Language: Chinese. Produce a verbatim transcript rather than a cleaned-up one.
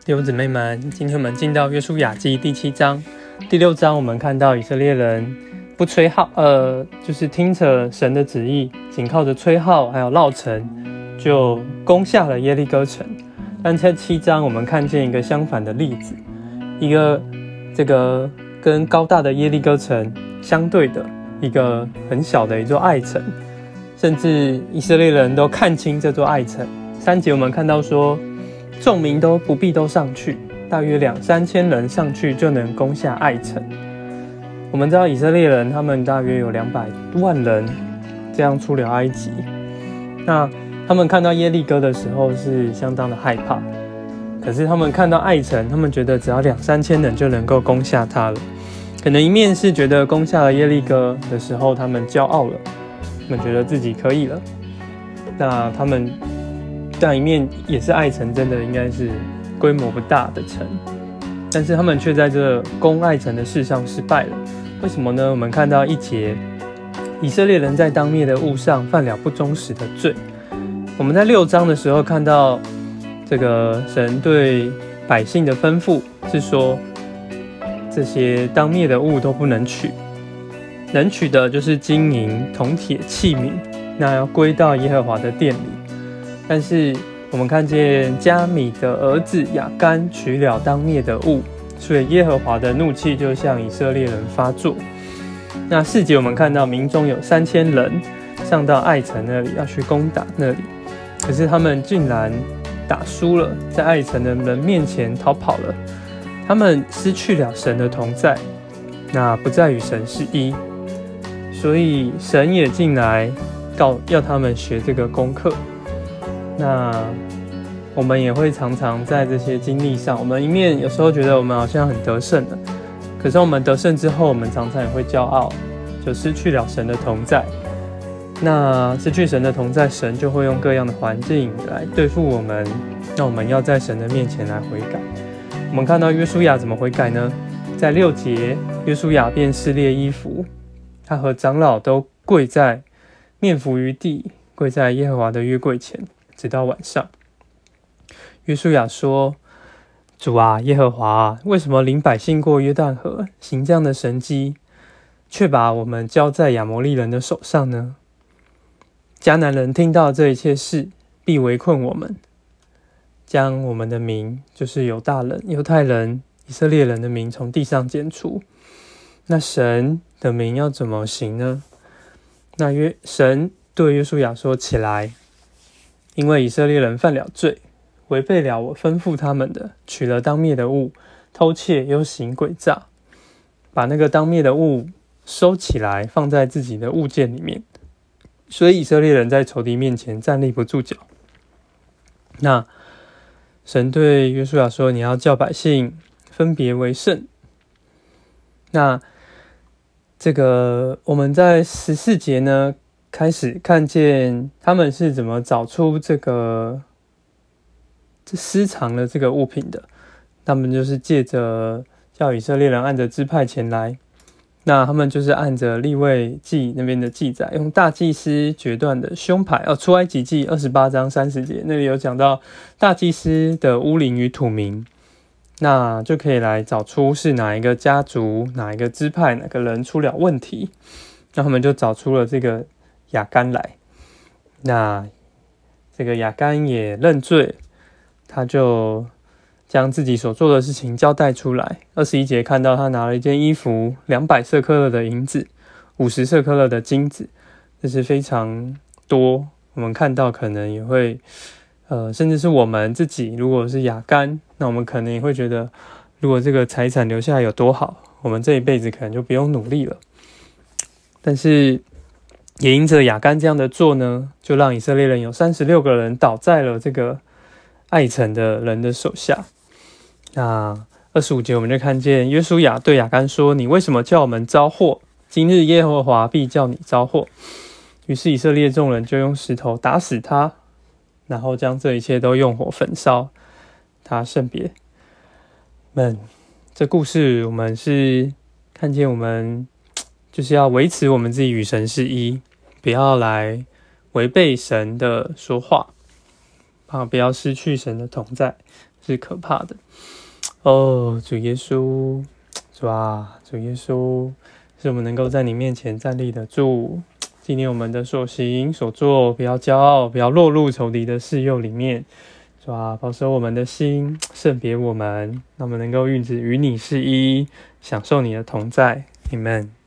弟兄姊妹们，今天我们进到约书亚记第七章。第六章我们看到以色列人不吹号，呃，就是听着神的旨意，仅靠着吹号还有绕城，就攻下了耶利哥城。但在七章我们看见一个相反的例子，一个这个跟高大的耶利哥城相对的一个很小的一座爱城，甚至以色列人都看清这座爱城。三节我们看到说，众民都不必都上去，大约两三千人上去就能攻下爱城。我们知道以色列人他们大约有两百万人这样出了埃及，那他们看到耶利哥的时候是相当的害怕，可是他们看到爱城，他们觉得只要两三千人就能够攻下它了。可能一面是觉得攻下了耶利哥的时候他们骄傲了，他们觉得自己可以了，那他们但一面也是爱城真的应该是规模不大的城，但是他们却在这攻爱城的事上失败了。为什么呢？我们看到一节，以色列人在当灭的物上犯了不忠实的罪。我们在六章的时候看到这个神对百姓的吩咐是说，这些当灭的物都不能取，能取的就是金银铜铁器皿，那要归到耶和华的殿里。但是我们看见加米的儿子亚干取了当灭的物，所以耶和华的怒气就向以色列人发作。那四节我们看到民中有三千人上到爱城那里要去攻打那里，可是他们竟然打输了，在爱城的人面前逃跑了。他们失去了神的同在，那不再与神是一，所以神也进来告要他们学这个功课。那我们也会常常在这些经历上，我们一面有时候觉得我们好像很得胜了，可是我们得胜之后，我们常常也会骄傲，就失去了神的同在。那失去神的同在，神就会用各样的环境来对付我们，那我们要在神的面前来悔改。我们看到约书亚怎么悔改呢？在六节，约书亚便撕裂衣服，他和长老都跪在面伏于地，跪在耶和华的约柜前，直到晚上。约书亚说，主啊，耶和华啊，为什么领百姓过约旦河，行这样的神迹，却把我们交在亚摩利人的手上呢？迦南人听到这一切事，必围困我们，将我们的民，就是犹大人、犹太人、以色列人的民从地上剪除。那神的民要怎么行呢？那约神对约书亚说，起来，因为以色列人犯了罪，违背了我吩咐他们的，取了当灭的物，偷窃又行诡诈，把那个当灭的物收起来，放在自己的物件里面。所以以色列人在仇敌面前站立不住脚。那神对约书亚说，你要叫百姓分别为圣。那这个我们在十四节呢，开始看见他们是怎么找出这个这私藏了这个物品的。他们就是借着叫以色列人按着支派前来，那他们就是按着利未记那边的记载，用大祭司决断的胸牌。哦，出埃及记二十八章三十节那里有讲到大祭司的屋龄与土名，那就可以来找出是哪一个家族、哪一个支派、哪个人出了问题。那他们就找出了这个亚干来。那这个亚干也认罪，他就将自己所做的事情交代出来。二十一节看到他拿了一件衣服，两百舍客勒的银子，五十舍客勒的金子，这是非常多。我们看到可能也会，呃，甚至是我们自己，如果是亚干，那我们可能也会觉得，如果这个财产留下来有多好，我们这一辈子可能就不用努力了。但是也因着亚干这样的做呢，就让以色列人有三十六个人倒在了这个爱城的人的手下。那二十五节我们就看见约书亚对亚干说，你为什么叫我们遭祸？今日耶和华必叫你遭祸。于是以色列众人就用石头打死他，然后将这一切都用火焚烧。他圣别们，这故事我们是看见我们就是要维持我们自己与神是一，不要来违背神的说话，不要失去神的同在。 是可怕的。哦，主耶稣，主啊，主耶稣，是我们能够在你面前站立得住，纪念我们的所行所做，不要骄傲，不要落入仇敌的试诱里面。主啊，保守我们的心，圣别我们，让我们能够运子与你是一，享受你的同在。Amen。